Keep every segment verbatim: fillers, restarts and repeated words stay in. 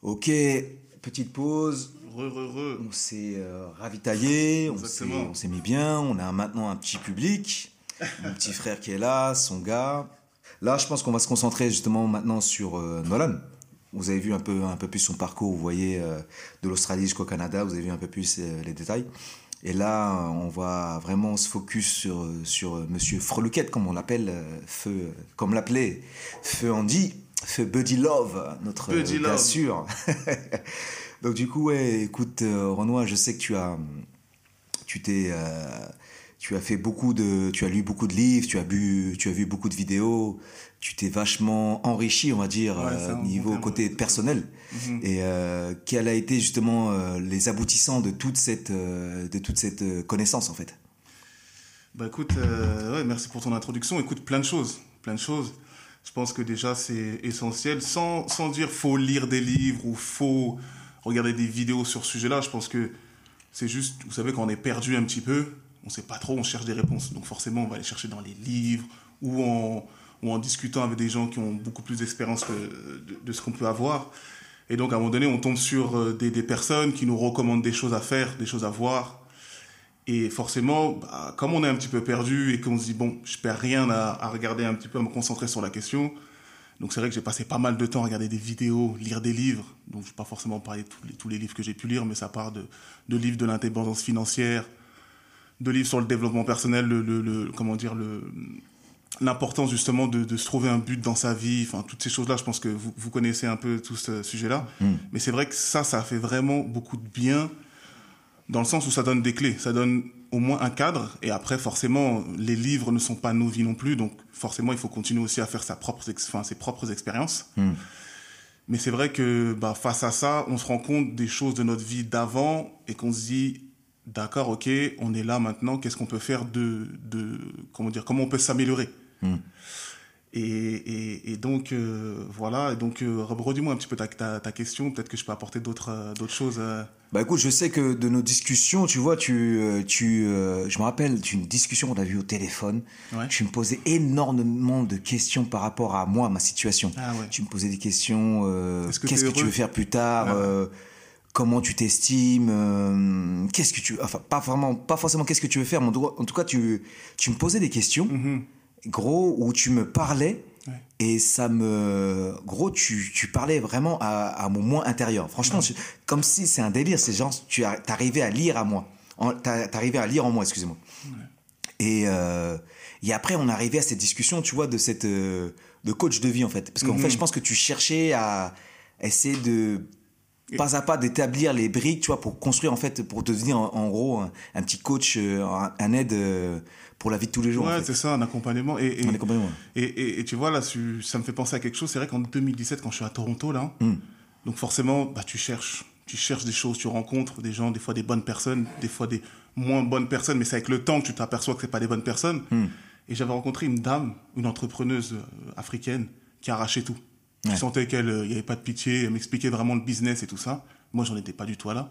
Ok, petite pause. Re, re, re. On s'est euh, ravitaillé, on s'est, Exactement. on s'est mis bien, on a maintenant un petit public. Mon petit frère qui est là, son gars. Là, je pense qu'on va se concentrer justement maintenant sur euh, Nolan. Vous avez vu un peu, un peu plus son parcours, vous voyez, euh, de l'Australie jusqu'au Canada, vous avez vu un peu plus euh, les détails. Et là, on va vraiment se focus sur, sur euh, Monsieur Freluquette, comme on l'appelle, euh, Feu, comme l'appelait Feu Andy, Feu Buddy Love, notre Buddy euh, gars Love. sûr. Donc du coup, ouais, écoute, euh, Renoir, je sais que tu as, tu t'es, euh, tu as fait beaucoup de, tu as lu beaucoup de livres, tu as bu, tu as vu beaucoup de vidéos, tu t'es vachement enrichi, on va dire, Ouais, euh, c'est un bon niveau terme, côté ouais. personnel. Mhm. Et euh, quel a été justement euh, les aboutissants de toute cette, euh, de toute cette euh, connaissance en fait. Bah écoute, euh, ouais, merci pour ton introduction. Écoute, plein de choses, plein de choses. Je pense que déjà c'est essentiel, sans, sans dire faut lire des livres ou faut regarder des vidéos sur ce sujet-là. Je pense que c'est juste, vous savez, quand on est perdu un petit peu, on sait pas trop, on cherche des réponses. Donc forcément, on va aller chercher dans les livres ou en, ou en discutant avec des gens qui ont beaucoup plus d'expérience que de, de ce qu'on peut avoir. Et donc à un moment donné, on tombe sur euh, des, des personnes qui nous recommandent des choses à faire, des choses à voir. Et forcément, bah, comme on est un petit peu perdu et qu'on se dit, bon, je perds rien à, à regarder un petit peu, à me concentrer sur la question. Donc c'est vrai que j'ai passé pas mal de temps à regarder des vidéos, lire des livres. Donc je ne vais pas forcément parler de tous les, tous les livres que j'ai pu lire, mais ça part de, de livres de l'indépendance financière, de livres sur le développement personnel, le, le, le, comment dire, le, l'importance justement de, de se trouver un but dans sa vie. Enfin, toutes ces choses-là, je pense que vous, vous connaissez un peu tout ce sujet-là. Mm. Mais c'est vrai que ça, ça a fait vraiment beaucoup de bien, dans le sens où ça donne des clés, ça donne au moins un cadre, et après forcément les livres ne sont pas nos vies non plus, donc forcément il faut continuer aussi à faire sa propre ex- enfin, ses propres expériences. Mm. Mais c'est vrai que bah, face à ça, on se rend compte des choses de notre vie d'avant, et qu'on se dit, d'accord, ok, on est là maintenant, qu'est-ce qu'on peut faire de, de comment dire, comment on peut s'améliorer. Mm. Et, et, et donc, euh, voilà. Et donc, euh, redis-moi un petit peu ta, ta, ta question. Peut-être que je peux apporter d'autres, euh, d'autres choses. Euh... Bah écoute, je sais que de nos discussions, tu vois, tu, euh, tu, euh, je me rappelle d'une discussion qu'on a vue au téléphone. Ouais. Tu me posais énormément de questions par rapport à moi, ma situation. Ah ouais. Tu me posais des questions. Euh, Est-ce que qu'est-ce t'es que tu heureux veux faire plus tard Ah ouais. euh, Comment tu t'estimes euh, Qu'est-ce que tu, enfin, pas vraiment, pas forcément qu'est-ce que tu veux faire, mais en tout cas, en tout cas, tu, tu me posais des questions, Mhm. gros, où tu me parlais. Ouais. Et ça me... Gros, tu, tu parlais vraiment à, à mon moi intérieur. Franchement, Ouais. je- comme si c'est un délire. C'est genre, tu as- t'arrivais à lire à moi. En- t'a- T'arrivais à lire en moi, excusez-moi. Ouais. Et, euh, et après, on arrivait à cette discussion, tu vois, de cette... euh, de coach de vie, en fait. Parce qu'en Mhm. fait, je pense que tu cherchais à essayer de... pas à pas d'établir les briques, tu vois, pour construire, en fait, pour devenir, en, en gros, un, un petit coach, euh, un, un aide euh, pour la vie de tous les jours, Ouais, en fait. c'est ça, un accompagnement. Et, et, On est complètement... et, et, et tu vois, là, tu- ça me fait penser à quelque chose. C'est vrai qu'en deux mille dix-sept, quand je suis à Toronto, là, Mm. donc forcément, bah, tu cherches. Tu cherches des choses, tu rencontres des gens, des fois des bonnes personnes, des fois des moins bonnes personnes, mais c'est avec le temps que tu t'aperçois que c'est pas des bonnes personnes. Mm. Et j'avais rencontré une dame, une entrepreneuse euh, africaine, qui arrachait tout. Ouais. Je sentais qu'il n'y avait pas de pitié, elle m'expliquait vraiment le business et tout ça. Moi, j'en étais pas du tout là.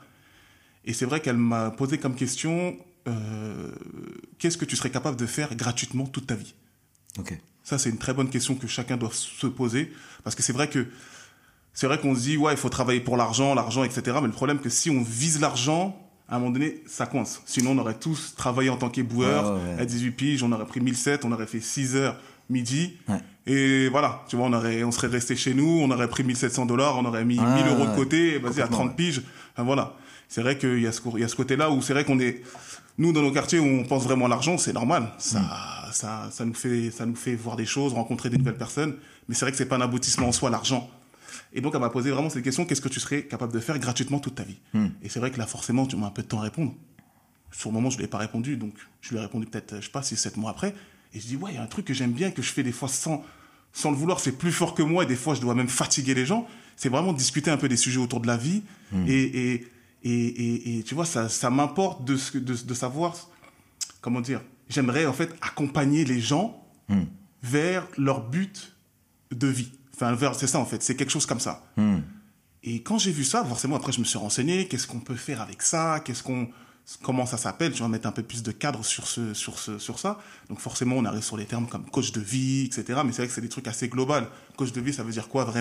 Et c'est vrai qu'elle m'a posé comme question, euh, qu'est-ce que tu serais capable de faire gratuitement toute ta vie ? Ok. Ça, c'est une très bonne question que chacun doit se poser. Parce que c'est vrai que c'est vrai qu'on se dit, ouais, il faut travailler pour l'argent, l'argent, et cetera. Mais le problème, c'est que si on vise l'argent, à un moment donné, ça coince. Sinon, on aurait tous travaillé en tant qu'éboueur. Ouais, ouais, ouais. À dix-huit piges, on aurait pris mille sept, on aurait fait six heures, midi. Ouais. Et voilà, tu vois, on, aurait, on serait resté chez nous, on aurait pris mille sept cents dollars, on aurait mis Ah, mille euros de ouais. côté, et vas-y, à Complètement, trente ouais. piges. Enfin, voilà. C'est vrai qu'il y a ce, il y a ce côté-là où c'est vrai qu'on est... Nous, dans nos quartiers où on pense vraiment à l'argent, c'est normal. Ça, Mm. ça, ça, nous fait, ça nous fait voir des choses, rencontrer des nouvelles personnes. Mais c'est vrai que c'est pas un aboutissement en soi, l'argent. Et donc, elle m'a posé vraiment cette question, qu'est-ce que tu serais capable de faire gratuitement toute ta vie ? Mm. Et c'est vrai que là, forcément, tu m'as un peu de temps à répondre. Sur le moment, je ne lui ai pas répondu, donc je lui ai répondu peut-être, je sais pas, six sept mois après. Et je dis, ouais, il y a un truc que j'aime bien, que je fais des fois sans, sans le vouloir, c'est plus fort que moi, et des fois, je dois même fatiguer les gens. C'est vraiment discuter un peu des sujets autour de la vie. Mm. Et, et, et, et, et tu vois, ça, ça m'importe de, ce- de, de savoir, comment dire, j'aimerais en fait accompagner les gens Mm. vers leur but de vie. Enfin, vers, c'est ça en fait, c'est quelque chose comme ça. Mm. Et quand j'ai vu ça, forcément, après, je me suis renseigné. Qu'est-ce qu'on peut faire avec ça ? Qu'est-ce qu'on, comment ça s'appelle ? Je vais mettre un peu plus de cadre sur ce, sur ce, sur ça. Donc, forcément, on arrive sur les termes comme coach de vie, et cetera. Mais c'est vrai que c'est des trucs assez globaux. Coach de vie, ça veut dire quoi vraiment ?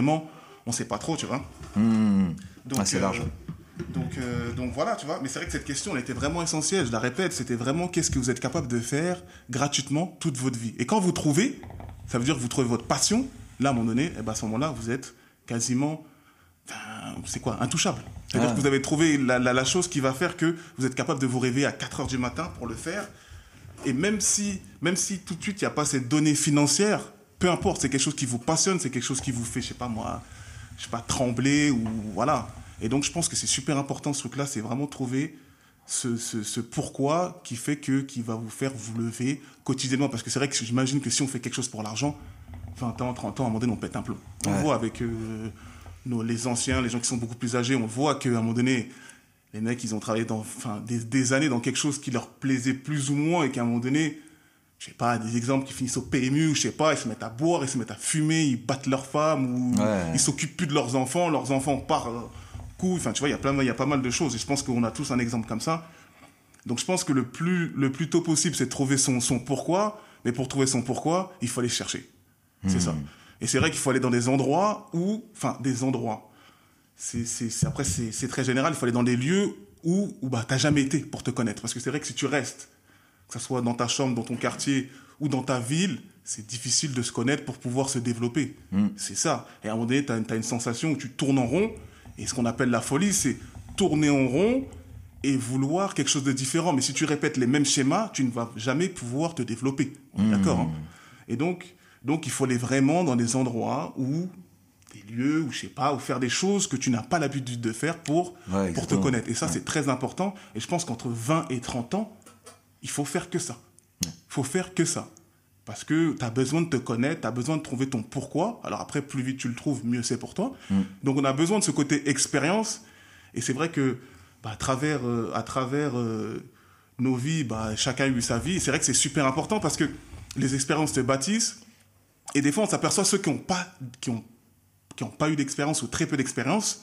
on sait pas trop, tu vois. Mmh. Donc, Ah, c'est euh, large. donc, euh, donc voilà, tu vois. Mais c'est vrai que cette question, elle était vraiment essentielle. Je la répète, c'était vraiment qu'est-ce que vous êtes capable de faire gratuitement toute votre vie. Et quand vous trouvez, ça veut dire que vous trouvez votre passion. Là, à un moment donné, eh ben, à ce moment-là, vous êtes quasiment, enfin, c'est quoi, intouchable. C'est-à-dire Ah. que vous avez trouvé la, la, la chose qui va faire que vous êtes capable de vous réveiller à quatre heures du matin pour le faire. Et même si, même si tout de suite, il n'y a pas cette donnée financière, peu importe, c'est quelque chose qui vous passionne, c'est quelque chose qui vous fait, je sais pas moi, je sais pas, trembler ou voilà. Et donc, je pense que c'est super important, ce truc-là, c'est vraiment trouver ce, ce, ce pourquoi qui fait que, qui va vous faire vous lever quotidiennement. Parce que c'est vrai que j'imagine que si on fait quelque chose pour l'argent, vingt ans, trente ans, à un moment donné, on pète un plomb. On Ouais. le voit avec euh, nos, les anciens, les gens qui sont beaucoup plus âgés, on voit qu'à un moment donné, les mecs, ils ont travaillé dans, enfin, des, des années dans quelque chose qui leur plaisait plus ou moins et qu'à un moment donné, je sais pas, des exemples qui finissent au P M U, ou je sais pas, ils se mettent à boire, ils se mettent à fumer, ils battent leurs femmes, ou Ouais. ils s'occupent plus de leurs enfants, leurs enfants partent euh, couille, enfin, tu vois, il y a plein, il y a pas mal de choses, et je pense qu'on a tous un exemple comme ça. Donc, je pense que le plus, le plus tôt possible, c'est de trouver son, son pourquoi, mais pour trouver son pourquoi, il faut aller chercher. C'est Mmh. ça. Et c'est vrai qu'il faut aller dans des endroits où, enfin, des endroits. C'est, c'est, c'est, après, c'est, c'est très général, il faut aller dans des lieux où, où bah, t'as jamais été pour te connaître. Parce que c'est vrai que si tu restes, que ce soit dans ta chambre, dans ton quartier ou dans ta ville, c'est difficile de se connaître pour pouvoir se développer. Mm. C'est ça. Et à un moment donné, tu as une sensation où tu tournes en rond. Et ce qu'on appelle la folie, c'est tourner en rond et vouloir quelque chose de différent. Mais si tu répètes les mêmes schémas, tu ne vas jamais pouvoir te développer. On est Mm. d'accord, hein. Et donc, donc, il faut aller vraiment dans des endroits où, des lieux, où je sais pas, où faire des choses que tu n'as pas l'habitude de faire pour, Ouais, pour te exactement. connaître. Et ça, Ouais. c'est très important. Et je pense qu'entre vingt et trente ans, il faut faire que ça. Il faut faire que ça. Parce que tu as besoin de te connaître, tu as besoin de trouver ton pourquoi. Alors après, plus vite tu le trouves, mieux c'est pour toi. Mm. Donc on a besoin de ce côté expérience. Et c'est vrai que bah, à travers, euh, à travers euh, nos vies, bah, chacun a eu sa vie. Et c'est vrai que c'est super important parce que les expériences te bâtissent. Et des fois, on s'aperçoit ceux qui n'ont pas, qui ont, qui ont pas eu d'expérience ou très peu d'expérience,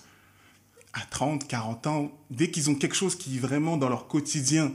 à trente, quarante ans, dès qu'ils ont quelque chose qui vraiment dans leur quotidien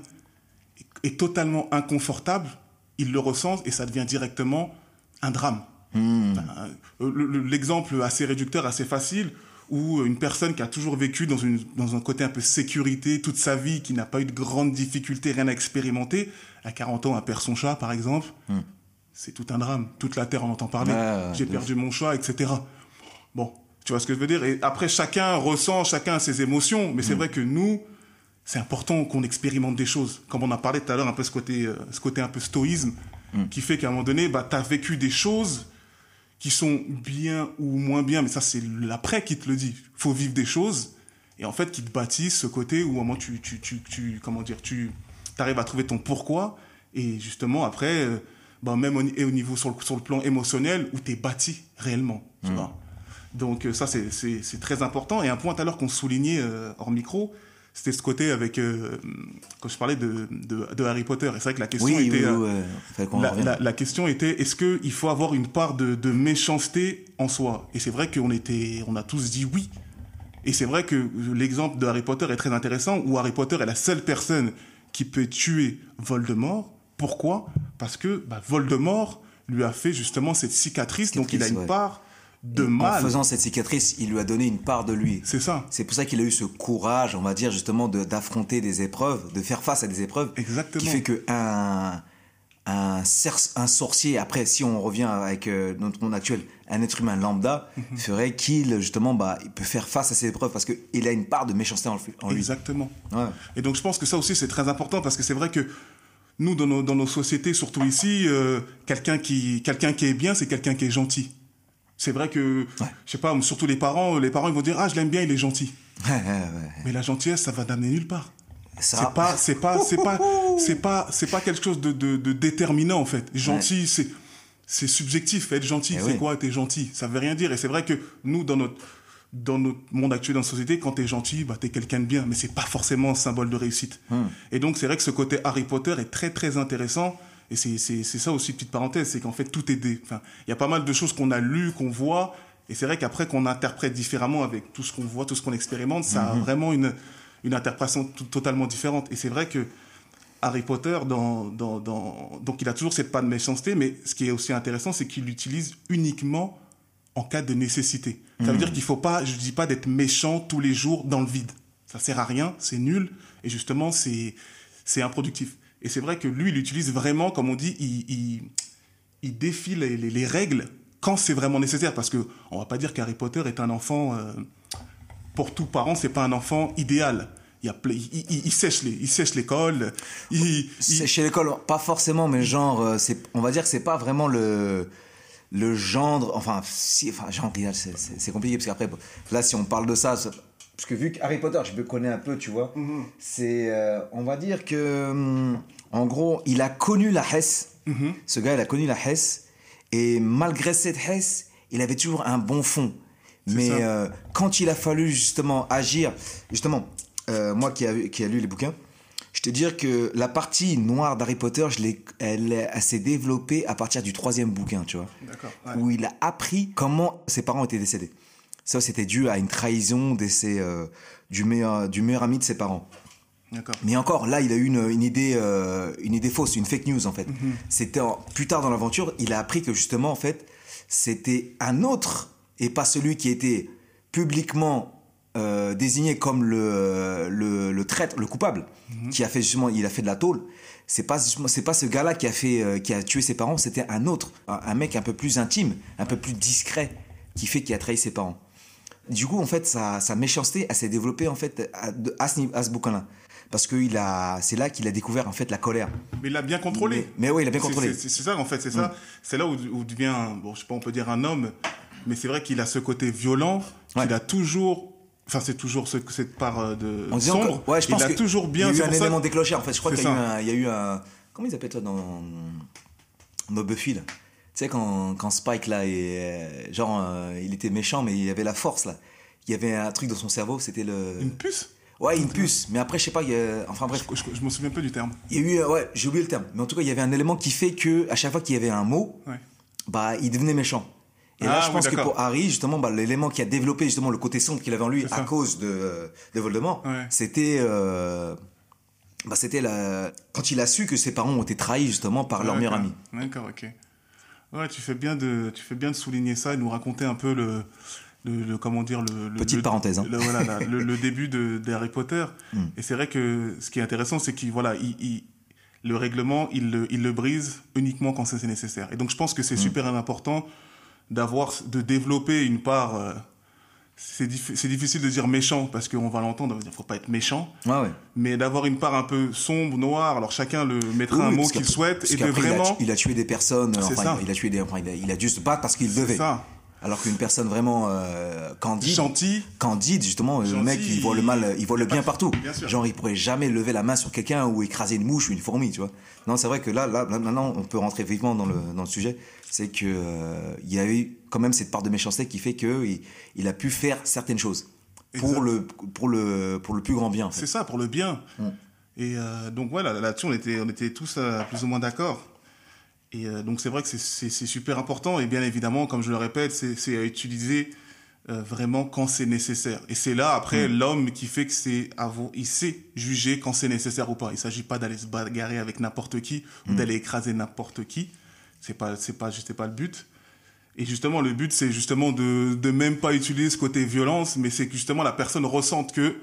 est totalement inconfortable, ils le ressentent et ça devient directement un drame. Mmh. Enfin, le- le- l'exemple assez réducteur, assez facile, où une personne qui a toujours vécu dans, une, dans un côté un peu sécurité toute sa vie, qui n'a pas eu de grandes difficultés, rien à expérimenter, à quarante ans, elle perd son chat, par exemple, Mmh. c'est tout un drame. Toute la Terre en entend parler. Ouais, J'ai de perdu mon chat, et cetera. Bon, tu vois ce que je veux dire? Et après, chacun ressent, chacun a ses émotions, mais c'est vrai que nous, c'est important qu'on expérimente des choses. Comme on a parlé tout à l'heure, un peu ce côté, euh, ce côté un peu stoïsme, Mm. qui fait qu'à un moment donné, bah, tu as vécu des choses qui sont bien ou moins bien, mais ça, c'est l'après qui te le dit. Il faut vivre des choses, et en fait, qui te bâtissent ce côté où, au moment, tu, tu, tu, tu, comment dire, tu arrives à trouver ton pourquoi, et justement, après, euh, bah, même au, et au niveau, sur le, sur le plan émotionnel, où tu es bâti réellement, tu Mm. vois. Donc, euh, ça, c'est, c'est, c'est très important. Et un point tout à l'heure qu'on soulignait euh, hors micro, c'était ce côté avec, euh, quand je parlais de, de, de Harry Potter. Et c'est vrai que la question Oui, était... oui, euh, oui, ouais. Fallait qu'on en la, revienne. la, la question était, est-ce qu'il faut avoir une part de, de méchanceté en soi? Et c'est vrai qu'on était, on a tous dit oui. Et c'est vrai que l'exemple de Harry Potter est très intéressant, où Harry Potter est la seule personne qui peut tuer Voldemort. Pourquoi? Parce que bah, Voldemort lui a fait justement cette cicatrice, donc il a une ouais. part de Et mal. En faisant cette cicatrice, il lui a donné une part de lui. C'est ça. C'est pour ça qu'il a eu ce courage, on va dire, justement, de, d'affronter des épreuves, de faire face à des épreuves. Exactement. Qui fait que un, un, cer- un sorcier, après, si on revient avec euh, notre monde actuel, un être humain lambda, Mhm. ferait qu'il, justement, bah, il peut faire face à ces épreuves parce qu'il a une part de méchanceté en, en lui. Exactement. Ouais. Et donc je pense que ça aussi c'est très important parce que c'est vrai que nous dans nos, dans nos sociétés, surtout ici, euh, quelqu'un qui, quelqu'un qui est bien, c'est quelqu'un qui est gentil. C'est vrai que, Ouais. je sais pas, surtout les parents, les parents ils vont dire ah je l'aime bien, il est gentil. Ouais, ouais, ouais. Mais la gentillesse ça va d'amener nulle part. Ça, C'est pas, c'est pas, c'est pas, c'est pas, c'est pas quelque chose de, de, de déterminant en fait. Gentil, c'est, c'est subjectif. Être gentil, Eh c'est oui. quoi? T'es gentil, ça veut rien dire. Et c'est vrai que nous, dans notre, dans notre monde actuel, dans la société, quand t'es gentil, bah t'es quelqu'un de bien. Mais c'est pas forcément un symbole de réussite. Hmm. Et donc c'est vrai que ce côté Harry Potter est très très intéressant. Et c'est, c'est, c'est ça aussi, petite parenthèse, c'est qu'en fait tout est des, enfin, il y a pas mal de choses qu'on a lues, qu'on voit. Et c'est vrai qu'après qu'on interprète différemment avec tout ce qu'on voit, tout ce qu'on expérimente, ça a vraiment une une interprétation t- totalement différente. Et c'est vrai que Harry Potter, dans, dans, dans, donc il a toujours cette part de méchanceté, mais ce qui est aussi intéressant, c'est qu'il l'utilise uniquement en cas de nécessité. Ça veut Mmh. dire qu'il faut pas, je dis pas d'être méchant tous les jours dans le vide. Ça sert à rien, c'est nul, et justement, c'est, c'est improductif. Et c'est vrai que lui, il utilise vraiment, comme on dit, il, il, il défie les, les, les règles quand c'est vraiment nécessaire. Parce que on va pas dire qu'Harry Potter est un enfant, euh, pour tout parent, c'est pas un enfant idéal. Il, y a, ple- il, il, il sèche les, il sèche l'école. Il, il- C'est chez l'école, pas forcément, mais genre, euh, c'est, on va dire que c'est pas vraiment le, le gendre, enfin, si, enfin, genre, idéal, c'est, c'est, c'est compliqué, parce qu'après, là, si on parle de ça, c'est- parce que vu que Harry Potter, je le connais un peu, tu vois, Mhm. c'est, euh, on va dire que, hum, en gros, il a connu la Hesse, Mhm. ce gars, il a connu la Hesse, et malgré cette Hesse, il avait toujours un bon fond. C'est Mais ça. euh, quand il a fallu justement agir, justement, euh, moi qui a, qui a lu les bouquins, je te dire que la partie noire d'Harry Potter, je l'ai, elle, est- elle s'est développée à partir du troisième bouquin, tu vois, D'accord. Ouais. où il a appris comment ses parents étaient décédés. Ça, c'était dû à une trahison de ses, euh, du, meilleur, du meilleur ami de ses parents. D'accord. Mais encore, là, il a eu une, une idée, euh, une idée fausse, une fake news en fait. Mhm. C'était en- plus tard dans l'aventure, il a appris que justement, en fait, c'était un autre et pas celui qui était publiquement euh, désigné comme le, le, le traître, le coupable, qui a fait justement, il a fait de la tôle. C'est pas, justement- c'est pas ce gars-là qui a fait, euh, qui a tué ses parents, c'était un autre, un, un mec un peu plus intime, un peu plus discret, qui fait qu'il a trahi ses parents. Du coup, en fait, sa, sa méchanceté, elle s'est développée en fait à, de- à ce, niveau- à ce bouquin-là, parce que il a, c'est là qu'il a découvert en fait la colère. Mais il l'a bien contrôlé. Mais, mais oui, il a bien C'est- contrôlé. C'est, c'est- c'est ça, en fait, c'est ça. C'est là où, où devient, bon, je sais pas, on peut dire un homme, mais c'est vrai qu'il a ce côté violent, qu'il Ouais. a toujours, enfin, c'est toujours ce, cette part euh, de En disant sombre. que, ouais, je pense il a que toujours bien. il y c'est a eu un pour ça- élément déclencheur. En fait, je crois C'est qu'il y a, eu ça. un, il y a eu un, comment ils appellent ça dans, dans Buffy là. Tu sais quand, quand Spike là, est, euh, genre, euh, il était méchant, mais il avait la force là. Il y avait un truc dans son cerveau, c'était le. Une puce. Ouais, une puce. Mais après, je sais pas. Il y a... Enfin bref, Je, je, je me souviens peu du terme. il y a eu, euh, ouais, j'ai oublié le terme. Mais en tout cas, il y avait un élément qui fait que à chaque fois qu'il y avait un mot, Ouais. bah, il devenait méchant. Et là, Ah, je oui, pense que d'accord. pour Harry, justement, bah, l'élément qui a développé justement le côté sombre qu'il avait en lui C'est à ça. cause de, de Voldemort, Ouais. c'était, euh, bah, c'était la... quand il a su que ses parents ont été trahis justement par leur Ouais, meilleur d'accord. ami. D'accord, ok. Ouais, tu fais bien de, tu fais bien de souligner ça et nous raconter un peu le, le, le- comment dire, le, le- Petite le- parenthèse, hein. le, voilà, la- le, le début de, d'Harry Potter. Mm. Et c'est vrai que ce qui est intéressant, c'est qu'il, voilà, il, il- le règlement, il le, il le brise uniquement quand c'est nécessaire. Et donc, je pense que c'est super important d'avoir, de développer une part. euh, c'est, dif- c'est difficile de dire méchant parce qu'on va l'entendre, on va dire faut pas être méchant, Ouais, ouais. mais d'avoir une part un peu sombre, noire. Alors chacun le mettra Oui, un oui, mot parce qu'il qu'après- souhaite parce et de qu'après, il a vraiment. tu- il a tué des personnes, C'est enfin, ça. il a tué des, enfin, il a, il a dû se battre parce qu'il devait. C'est ça. Alors qu'une personne vraiment euh, candide, Gentil. candide justement, le Gentil, mec il voit le mal, il voit le il y a bien pas de- partout. bien sûr. Genre il pourrait jamais lever la main sur quelqu'un ou écraser une mouche ou une fourmi, tu vois. Non, c'est vrai que là, là, là, maintenant, on peut rentrer vivement dans le dans le sujet. C'est que euh, il y a eu quand même cette part de méchanceté qui fait que il, il a pu faire certaines choses pour Exact. le pour le pour le plus grand bien. En fait. C'est ça, pour le bien. Mm. Et euh, donc voilà, là-dessus, on était, on était tous euh, plus ou moins d'accord. Et euh, donc c'est vrai que c'est- c'est c'est super important. Et bien évidemment, comme je le répète, c'est c'est à utiliser euh, vraiment quand c'est nécessaire. Et c'est là, après, Mm. l'homme qui fait que c'est... avo- Il sait juger quand c'est nécessaire ou pas. Il s'agit pas d'aller se bagarrer avec n'importe qui ou d'aller écraser n'importe qui. C'est pas, c'est pas, c'est pas le but. Et justement, le but, c'est justement de, de même pas utiliser ce côté violence, mais c'est que justement la personne ressente que,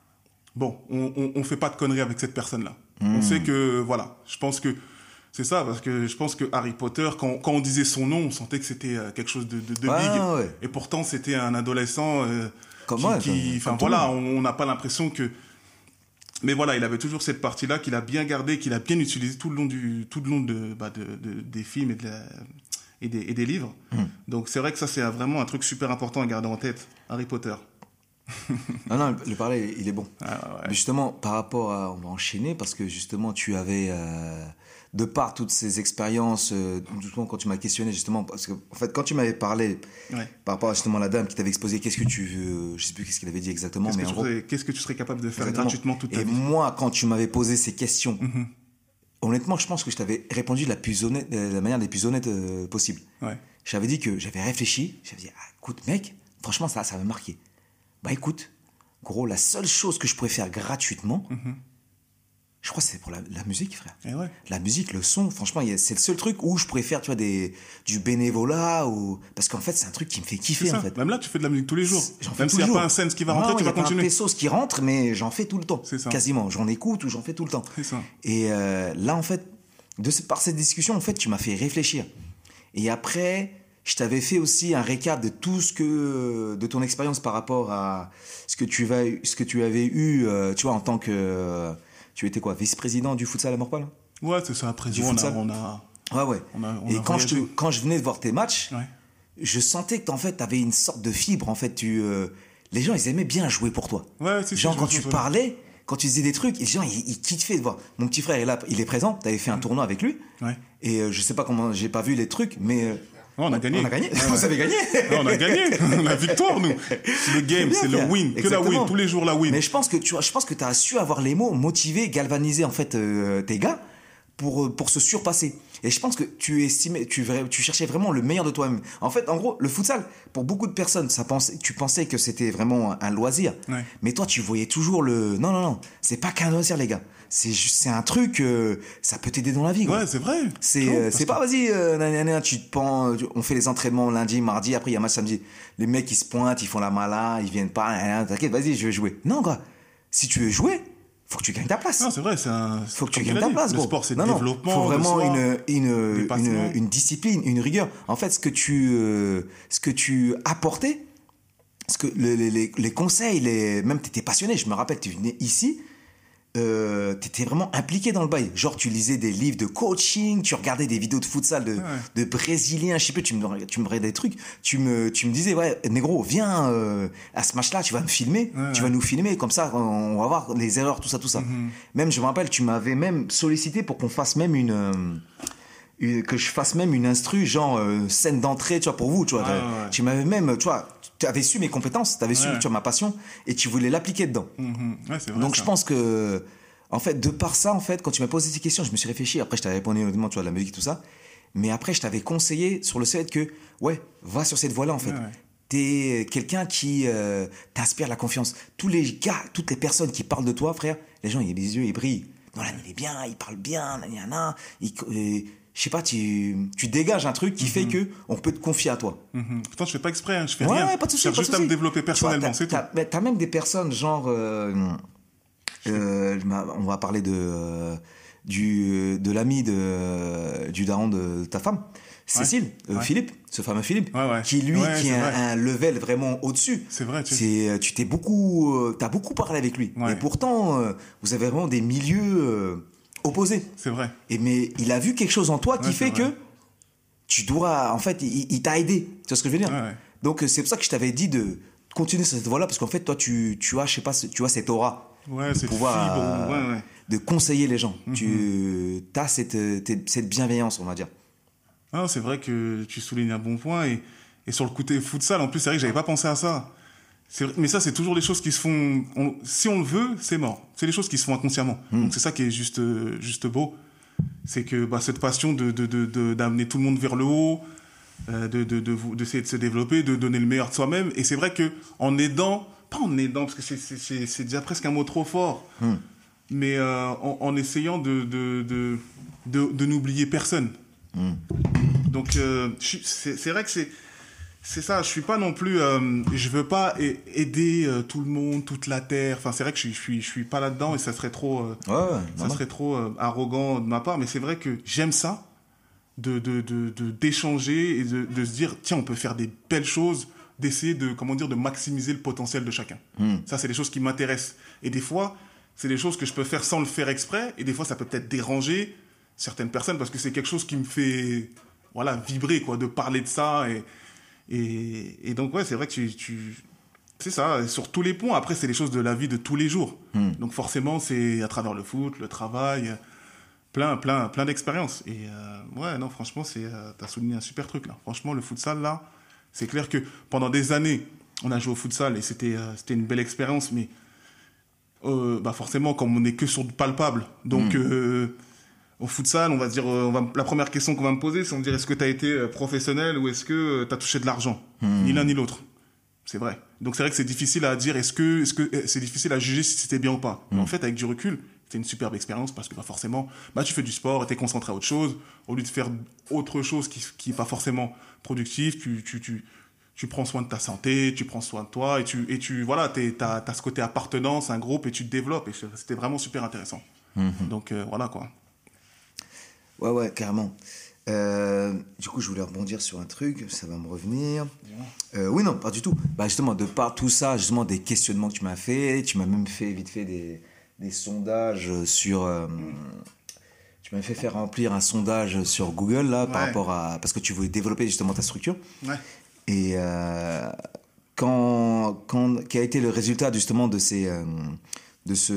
bon, on, on, on fait pas de conneries avec cette personne-là. On sait que, voilà, je pense que c'est ça, parce que je pense que Harry Potter, quand, quand on disait son nom, on sentait que c'était euh, quelque chose de, de, de Ah, big. ouais. Et pourtant, c'était un adolescent euh, Comme qui, moi, qui- comme- enfin comme tout le voilà, monde. on on n'a pas l'impression que. Mais voilà, il avait toujours cette partie-là qu'il a bien gardée, qu'il a bien utilisée tout le long du, tout le long de, bah, de, de- des films et, de la- et, des, et des livres. Mm. Donc c'est vrai que ça c'est vraiment un truc super important à garder en tête. Harry Potter. Non, non, le parler, il est bon. Ah, ouais. Mais justement, par rapport à... On va enchaîner parce que justement, tu avais... euh, de par toutes ces expériences, euh, justement, quand tu m'as questionné, justement, parce que, en fait, quand tu m'avais parlé Ouais. par rapport à justement la dame qui t'avait exposé, qu'est-ce que tu veux... Je sais plus qu'est-ce qu'il avait dit exactement, Qu'est-ce mais que, en tu gros... serais, qu'est-ce que tu serais capable de faire Exactement. gratuitement toute ta Et vie? moi, quand tu m'avais posé ces questions, Mhm. honnêtement, je pense que je t'avais répondu de la, plus honnête, de la manière la plus honnête euh, possible. Ouais. J'avais dit que j'avais réfléchi, j'avais dit, ah, écoute, mec, franchement, ça, ça m'a marqué. Bah écoute, gros, la seule chose que je pourrais faire gratuitement, Mhm. Je crois que c'est pour la, la musique, frère. Et ouais. La musique, le son, franchement, y a- c'est le seul truc où je pourrais faire, tu vois, des, du bénévolat ou parce qu'en fait, c'est un truc qui me fait C'est kiffer, ça. en fait. Même là, tu fais de la musique tous les jours. J'en fais Même tous s'il les n'y a jours. pas un cent qui va Non, rentrer, tu y vas a pas un continuer. pesos qui rentre, mais j'en fais tout le temps. C'est ça. Quasiment. J'en écoute ou j'en fais tout le temps. C'est ça. Et euh, là, en fait, de, ce- par cette discussion, en fait, tu m'as fait réfléchir. Et après, je t'avais fait aussi un récap de tout ce que, de ton expérience par rapport à ce que tu, vas, ce que tu avais eu, euh, tu vois, en tant que, euh, tu étais quoi, vice-président du futsal à Morpal? Ouais, c'est ça. Après, Du on a, futsal. on a, Ouais, ouais. on a, on Et a quand je, te- voyagé. quand je venais de voir tes matchs, Ouais. je sentais que en fait, tu avais une sorte de fibre. En fait, tu, euh, les gens, ils aimaient bien jouer pour toi. Ouais, c'est Genre, ça, quand je me tu souviens. parlais, quand tu disais des trucs, les gens, ils, ils kiffaient de voir. Mon petit frère est là, il est présent. Tu avais fait un tournoi avec lui. Ouais. Et euh, je sais pas comment, j'ai pas vu les trucs, mais. euh, Ouais, on a gagné. On a gagné. Ouais, Vous ouais. avez gagné. Ouais, on a gagné. La victoire, nous. C'est le game, bien, c'est le frère. win. Que Exactement. la win. Tous les jours, la win. Mais je pense que tu vois, je pense que tu as su avoir les mots, motiver, galvaniser en fait euh, tes gars pour, euh, pour se surpasser. Et je pense que tu estimais, tu, vra- tu cherchais vraiment le meilleur de toi-même. En fait, en gros, le futsal, pour beaucoup de personnes, ça pensait, tu pensais que c'était vraiment un, un loisir. Ouais. Mais toi, tu voyais toujours le. Non, non, non, c'est pas qu'un loisir, les gars. C'est juste, c'est un truc, euh, ça peut t'aider dans la vie. Quoi. Ouais, c'est vrai. C'est Non, euh, parce c'est que- pas vas-y euh, nanana, tu te pends, tu- on fait les entraînements lundi, mardi, après il y a match samedi. Les mecs ils se pointent, ils font la mala, ils viennent pas, nanana, t'inquiète, vas-y, je vais jouer. Non gars, si tu veux jouer, faut que tu gagnes ta place. Non, c'est vrai, c'est un. Faut que tu comme gagnes il a ta dit, place, Le gros. sport, c'est Non, le non, développement. faut vraiment de soi. une, une, dépassement. une, une discipline, une rigueur. En fait, ce que tu, euh, ce que tu apportais, ce que les, les, les- les conseils, les, même tu étais passionné. Je me rappelle, tu venais ici, euh, tu étais vraiment impliqué dans le bail. Genre, tu lisais des livres de coaching, tu regardais des vidéos de futsal de, Ouais. de Brésiliens, je sais pas, tu me, tu me regardais des trucs. Tu me, tu me disais, ouais, négro, viens euh, à ce match-là, tu vas me filmer, Ouais, tu ouais. vas nous filmer, comme ça, on va voir les erreurs, tout ça, tout ça. Mhm. Même, je me rappelle, tu m'avais même sollicité pour qu'on fasse même une. euh, une- que je fasse même une instru, genre euh, scène d'entrée, tu vois, pour vous, tu vois. Ouais, t'as- ouais, ouais. Tu m'avais même, tu vois, tu avais su mes compétences, tu avais su, Ouais. tu vois, ma passion, et tu voulais l'appliquer dedans. Mhm. Ouais, c'est vrai. Donc, ça. je pense que, en fait, de par ça, en fait, quand tu m'as posé ces questions, je me suis réfléchi. Après, je t'avais répondu, honnêtement, tu vois, de la musique, tout ça. Mais après, je t'avais conseillé sur le fait que, ouais, va sur cette voie-là, en fait. Ouais, ouais. T'es quelqu'un qui euh, t'inspire la confiance. Tous les gars, toutes les personnes qui parlent de toi, frère, les gens, ils ont les yeux, ils brillent. Nolan, il est bien, il parle bien, nanana. Il, euh, je sais pas, tu, tu dégages un truc qui fait que on peut te confier à toi. Mhm. Pourtant, je fais pas exprès, hein, je fais Ouais, rien. ouais, pas de Je souci, cherche pas de juste à me souci. développer Tu vois, personnellement, t'as- c'est tout. t'as- mais T'as même des personnes, genre, euh, euh, on va parler de, euh, du, de l'ami de, du daron de ta femme, Cécile, euh, Ouais. Philippe, ce fameux Philippe, Ouais, ouais. qui lui, Ouais, qui c'est a vrai. un, un level vraiment au-dessus. C'est vrai, tu sais. C'est, euh, tu t'es beaucoup, euh, t'as beaucoup parlé avec lui. Ouais. Et pourtant, euh, vous avez vraiment des milieux euh, opposés. C'est vrai. Et mais il a vu quelque chose en toi qui Ouais, fait c'est vrai. que tu dois, en fait, il, il t'a aidé. Tu vois ce que je veux dire? Ouais, ouais. Donc euh, c'est pour ça que je t'avais dit de continuer sur cette voie-là, parce qu'en fait, toi, tu, tu as, je sais pas, ce- tu as cette aura Ouais, c'est pouvoir, fibre. euh, Ouais, ouais. de conseiller les gens. Mhm. Tu as cette, euh, t'es- cette bienveillance, on va dire. Ah, c'est vrai que tu soulignes un bon point. Et, et sur le côté futsal, en plus, c'est vrai que j'avais pas pensé à ça. C'est vrai- mais ça, c'est toujours des choses qui se font. on- si on le veut, c'est mort. C'est des choses qui se font inconsciemment. Donc c'est ça qui est juste, euh, juste beau. C'est que bah, cette passion de, de, de, de- d'amener tout le monde vers le haut, euh, de, de, de, vous- d'essayer de se développer, de donner le meilleur de soi-même. Et c'est vrai que en aidant, pas en aidant, parce que c'est, c'est, c'est, c'est déjà presque un mot trop fort, Hmm. mais euh, en, en essayant de, de, de, de, de n'oublier personne. Hmm. Donc, euh, je suis- c'est c'est vrai que c'est c'est ça. Je suis pas non plus. Euh, je veux pas a- aider euh, tout le monde, toute la terre. Enfin, c'est vrai que je, suis- je suis je suis pas là-dedans et ça serait trop euh, Ouais, ouais, ça normal. serait trop euh, arrogant de ma part. Mais c'est vrai que j'aime ça, de de de de- d'échanger et de, de se dire tiens, on peut faire des belles choses, d'essayer de comment dire de maximiser le potentiel de chacun. Hmm. Ça, c'est des choses qui m'intéressent. Et des fois, c'est des choses que je peux faire sans le faire exprès. Et des fois, ça peut peut-être déranger certaines personnes parce que c'est quelque chose qui me fait voilà, vibrer, quoi, de parler de ça. Et, et, et donc, ouais, c'est vrai que tu... tu c'est ça, sur tous les points. Après, c'est les choses de la vie de tous les jours. Hmm. Donc forcément, c'est à travers le foot, le travail, plein, plein, plein d'expériences. Et euh, ouais, non, franchement, c'est, euh, t'as souligné un super truc, là. Franchement, le futsal, là, c'est clair que pendant des années, on a joué au futsal et c'était, euh, c'était une belle expérience, mais euh, bah forcément, comme on n'est que sur du palpable, donc... Mm. euh, au futsal, on va dire, euh, on va, la première question qu'on va me poser, c'est on me dire est-ce que tu as été euh, professionnel ou est-ce que tu as touché de l'argent Mm. Ni l'un ni l'autre. C'est vrai. Donc c'est vrai que c'est difficile à dire, est-ce que, est-ce que euh, c'est difficile à juger si c'était bien ou pas. Mais en fait, avec du recul, c'était une superbe expérience parce que bah, forcément, bah, tu fais du sport et tu es concentré à autre chose. Au lieu de faire autre chose qui n'est pas forcément productif, tu, tu, tu, tu prends soin de ta santé, tu prends soin de toi et tu, et tu voilà, tu as ce côté appartenance, un groupe et tu te développes. Et c'était vraiment super intéressant. Mm-hmm. Donc euh, voilà quoi. Ouais, ouais, carrément. Euh, du coup, je voulais rebondir sur un truc, ça va me revenir. Euh, oui, non, pas du tout. Bah, justement, de par tout ça, justement, des questionnements que tu m'as fait, tu m'as même fait vite fait des, des sondages sur. Euh, tu m'as fait faire remplir un sondage sur Google, là, ouais. par rapport à. Parce que tu voulais développer justement ta structure. Ouais. Et euh, quand, quand. Quel a été le résultat, justement, de ces. Euh, de ce,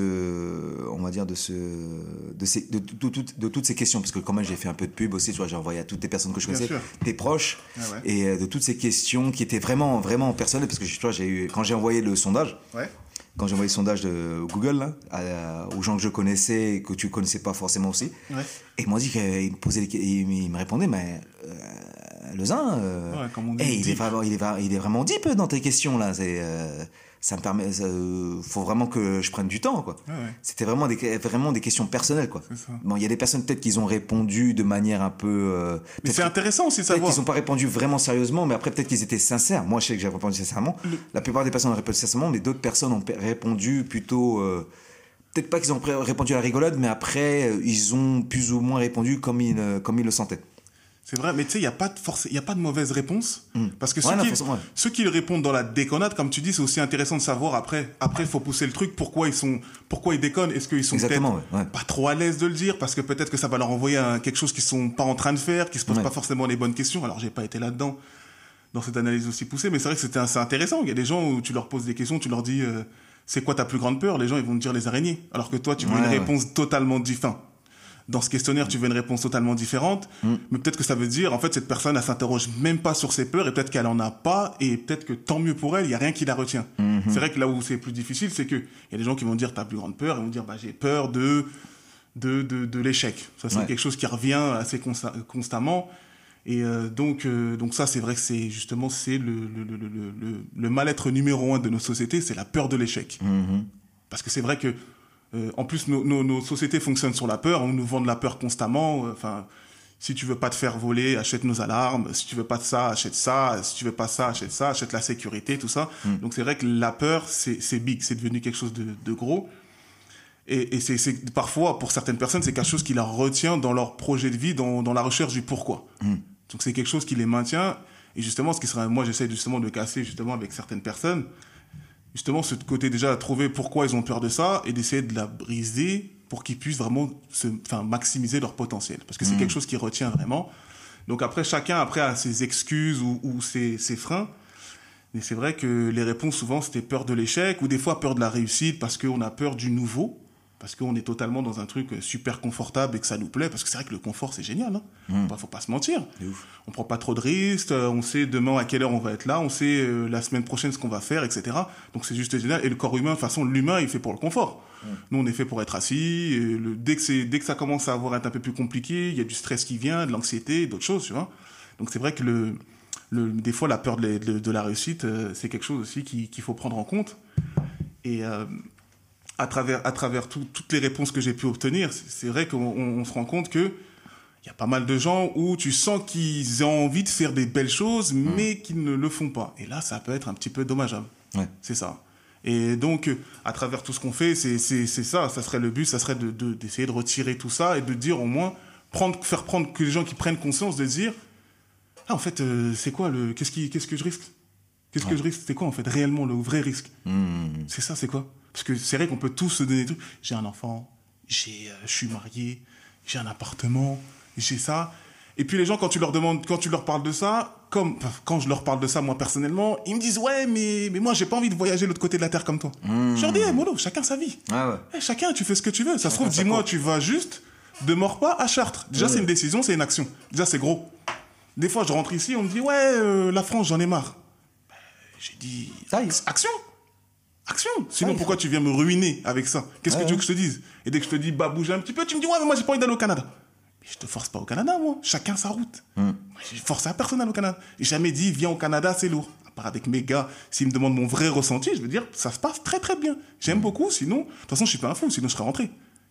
on va dire, de ce, de ces, de, de, de, de toutes ces questions, parce que quand même j'ai fait un peu de pub aussi, tu vois, j'ai envoyé à toutes les personnes que je connaissais, tes proches, ah ouais. et de toutes ces questions qui étaient vraiment, vraiment personnelles, parce que tu vois, j'ai eu, quand j'ai envoyé le sondage, ouais. quand j'ai envoyé le sondage de Google là, à, aux gens que je connaissais et que tu connaissais pas forcément aussi, ouais. et ils m'ont dit qu'ils me posaient, les, ils, ils me répondaient, mais euh, Lezin, euh, ouais, comme on dit, hey, il est vraiment, il est, il est vraiment deep dans tes questions là, c'est euh, ça me permet, il faut vraiment que je prenne du temps, quoi. Ouais, ouais. C'était vraiment des, vraiment des questions personnelles, quoi. C'est ça. Bon, il y a des personnes peut-être qui ont répondu de manière un peu. Euh, mais c'est intéressant aussi de savoir. Peut-être qu'ils n'ont pas répondu vraiment sérieusement, mais après peut-être qu'ils étaient sincères. Moi, je sais que j'ai répondu sincèrement. Le... La plupart des personnes ont répondu sincèrement, mais d'autres personnes ont répondu plutôt. Euh, peut-être pas qu'ils ont répondu à la rigolade, mais après ils ont plus ou moins répondu comme ils, euh, comme ils le sentaient. C'est vrai, mais tu sais, il n'y a pas de force, il y a pas de mauvaise réponse. Mmh. Parce que ceux, ouais, qui, non, ouais. ceux qui répondent dans la déconnade, comme tu dis, c'est aussi intéressant de savoir après. Après, il faut pousser le truc, pourquoi ils sont, pourquoi ils déconnent. Est-ce qu'ils sont peut-être ouais, ouais. pas trop à l'aise de le dire, parce que peut-être que ça va leur envoyer un, quelque chose qu'ils sont pas en train de faire, qu'ils se posent ouais. pas forcément les bonnes questions. Alors, j'ai pas été là-dedans, dans cette analyse aussi poussée, mais c'est vrai que c'était assez intéressant. Il y a des gens où tu leur poses des questions, tu leur dis, euh, c'est quoi ta plus grande peur? Les gens, ils vont te dire les araignées. Alors que toi, tu veux ouais, une ouais. réponse totalement différente. Dans ce questionnaire, tu veux une réponse totalement différente, mm. mais peut-être que ça veut dire, en fait, cette personne, elle s'interroge même pas sur ses peurs, et peut-être qu'elle en a pas, et peut-être que tant mieux pour elle, il y a rien qui la retient. Mm-hmm. C'est vrai que là où c'est plus difficile, c'est que il y a des gens qui vont dire ta plus grande peur, ils vont dire bah j'ai peur de de de, de l'échec. Ça c'est ouais. quelque chose qui revient assez consta- constamment, et euh, donc euh, donc ça c'est vrai que c'est justement c'est le le le le le, le mal-être numéro un de nos sociétés, c'est la peur de l'échec. Mm-hmm. Parce que c'est vrai que Euh, en plus, nos, nos, nos sociétés fonctionnent sur la peur. On nous vend de la peur constamment. Enfin, euh, si tu veux pas te faire voler, achète nos alarmes. Si tu veux pas de ça, achète ça. Si tu veux pas ça, achète ça. Achète la sécurité, tout ça. Mm. Donc c'est vrai que la peur, c'est, c'est big. C'est devenu quelque chose de, de gros. Et, et c'est, c'est parfois, pour certaines personnes, c'est quelque chose qui leur retient dans leur projet de vie, dans, dans la recherche du pourquoi. Mm. Donc c'est quelque chose qui les maintient. Et justement, ce qui serait, moi, j'essaie justement de casser justement avec certaines personnes. Justement, ce côté déjà à trouver pourquoi ils ont peur de ça et d'essayer de la briser pour qu'ils puissent vraiment se, enfin, maximiser leur potentiel. Parce que c'est mmh. quelque chose qui retient vraiment. Donc après, chacun après a ses excuses ou, ou ses, ses freins. Mais c'est vrai que les réponses, souvent, c'était peur de l'échec ou des fois peur de la réussite parce qu'on a peur du nouveau. Parce qu'on est totalement dans un truc super confortable et que ça nous plaît. Parce que c'est vrai que le confort, c'est génial. Hein. Mmh. Bah, faut pas se mentir. On prend pas trop de risques. On sait demain à quelle heure on va être là. On sait euh, la semaine prochaine ce qu'on va faire, et cetera. Donc c'est juste génial. Et le corps humain, de toute façon, l'humain, il est fait pour le confort. Mmh. Nous, on est fait pour être assis. Et le, dès, que c'est, dès que ça commence à avoir être un peu plus compliqué, il y a du stress qui vient, de l'anxiété, d'autres choses, tu vois. Donc c'est vrai que le, le, des fois, la peur de, de, de la réussite, euh, c'est quelque chose aussi qui, qu'il faut prendre en compte. Et... Euh, à travers, à travers tout, toutes les réponses que j'ai pu obtenir, c'est, c'est vrai qu'on on, on se rend compte que il y a pas mal de gens où tu sens qu'ils ont envie de faire des belles choses, mmh. mais qu'ils ne le font pas. Et là, ça peut être un petit peu dommageable. Ouais. C'est ça. Et donc, à travers tout ce qu'on fait, c'est, c'est, c'est ça. Ça serait le but, ça serait de, de, d'essayer de retirer tout ça et de dire au moins, prendre, faire prendre que les gens qui prennent conscience de dire, ah, en fait, euh, c'est quoi le, qu'est-ce qui, qu'est-ce que je risque? Qu'est-ce ouais. que je risque? C'est quoi, en fait, réellement, le vrai risque? Mmh. C'est ça, c'est quoi? Parce que c'est vrai qu'on peut tous se donner des trucs. J'ai un enfant, j'ai, euh, je suis marié, j'ai un appartement, j'ai ça. Et puis les gens, quand tu leur demandes, quand tu leur parles de ça, comme quand je leur parle de ça moi personnellement, ils me disent ouais, mais mais moi j'ai pas envie de voyager de l'autre côté de la terre comme toi. Mmh. Je leur dis hey, mollo, chacun sa vie. Ah ouais. Hey, chacun, tu fais ce que tu veux. Ça chacun se trouve, dis-moi, tu vas juste de mort pas à Chartres. Déjà ouais. c'est une décision, c'est une action. Déjà c'est gros. Des fois je rentre ici, on me dit ouais, euh, la France, j'en ai marre. Ben, j'ai dit ça y est. Action. Action. Sinon, ça, pourquoi tu viens me ruiner avec ça? Qu'est-ce ouais, que tu veux que je te dise? Et dès que je te dis, bah, bouge un petit peu, tu me dis, ouais, mais moi, j'ai pas envie d'aller au Canada. Mais je te force pas au Canada, moi. Chacun sa route. Mm. Moi, j'ai forcé à personne d'aller au Canada. J'ai jamais dit, viens au Canada, c'est lourd. À part avec mes gars, s'ils me demandent mon vrai ressenti, je veux dire, ça se passe très, très bien. J'aime mm. beaucoup, sinon, de toute façon, je suis pas un fou, sinon je serais rentré.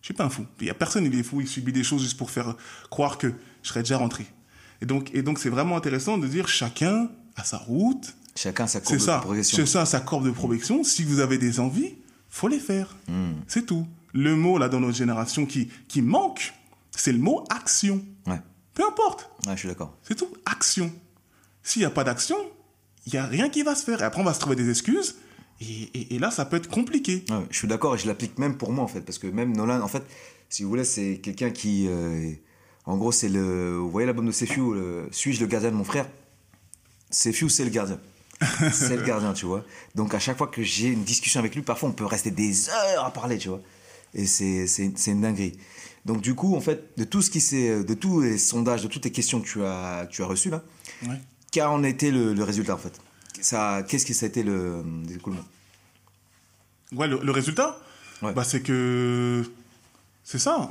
Je suis pas un fou. Il y a personne, il est fou, il subit des choses juste pour faire croire que je serais déjà rentré. Et donc, et donc c'est vraiment intéressant de dire chacun a sa route. Chacun sa courbe C'est ça. de progression. C'est ça, sa courbe de progression. Si vous avez des envies, faut les faire. Mm. C'est tout. Le mot, là, dans notre génération qui, qui manque, c'est le mot action. Ouais. Peu importe. Ouais, je suis d'accord. C'est tout. Action. S'il n'y a pas d'action, il n'y a rien qui va se faire. Et après, on va se trouver des excuses. Et, et, et là, ça peut être compliqué. Ouais, je suis d'accord et je l'applique même pour moi, en fait. Parce que même Nolan, en fait, si vous voulez, c'est quelqu'un qui... euh, en gros, c'est le... Vous voyez l'album de Sefiu, le... Suis-je le gardien de mon frère? Sefiu, c'est le gardien. C'est le gardien, tu vois. Donc, à chaque fois que j'ai une discussion avec lui, parfois, on peut rester des heures à parler, tu vois. Et c'est, c'est, c'est une dinguerie. Donc, du coup, en fait, de tout ce qui s'est... De tous les sondages, de toutes les questions que tu as, tu as reçues, là, Ouais. qu'a en été le, le résultat, en fait? Ça, qu'est-ce que ça a été le découlement? Ouais, le, le résultat, Ouais. bah, c'est que... C'est ça.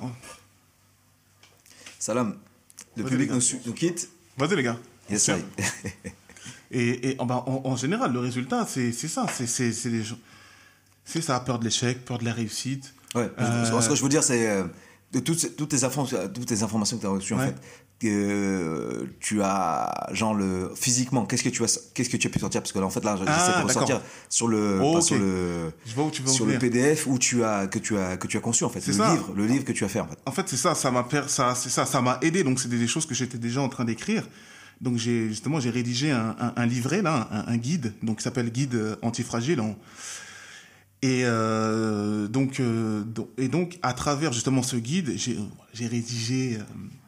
Salam, le Vas-y, public les gars. nous, su- nous quitte. Vas-y, les gars. Yes, Tiens. I. Et, et en, bah, en, en général, le résultat, c'est, c'est ça. C'est, c'est, c'est, les gens... c'est ça, peur de l'échec, peur de la réussite. Ouais, Euh, ce que je veux dire, c'est euh, de toutes, ces- toutes, les infos, toutes les informations que tu as reçues, en Ouais. fait, que euh, tu as, genre, le, physiquement, qu'est-ce que, tu as, qu'est-ce que tu as pu sortir? Parce que là, en fait, là, j'essaie Ah, de ressortir d'accord. sur le, Oh, pas ok. sur le, Je vois où tu veux en sur le venir. P D F où tu as, que, tu as, que tu as conçu, en fait. C'est Le ça. livre, le livre que tu as fait, en fait. En fait, c'est ça, ça m'a per- ça, c'est ça, ça m'a aidé. Donc, c'était des choses que j'étais déjà en train d'écrire. Donc, j'ai justement, j'ai rédigé un, un, un livret là, un, un guide, donc qui s'appelle Guide euh, antifragile. En... Et euh, donc, euh, donc, et donc, à travers justement ce guide, j'ai, j'ai rédigé. Euh,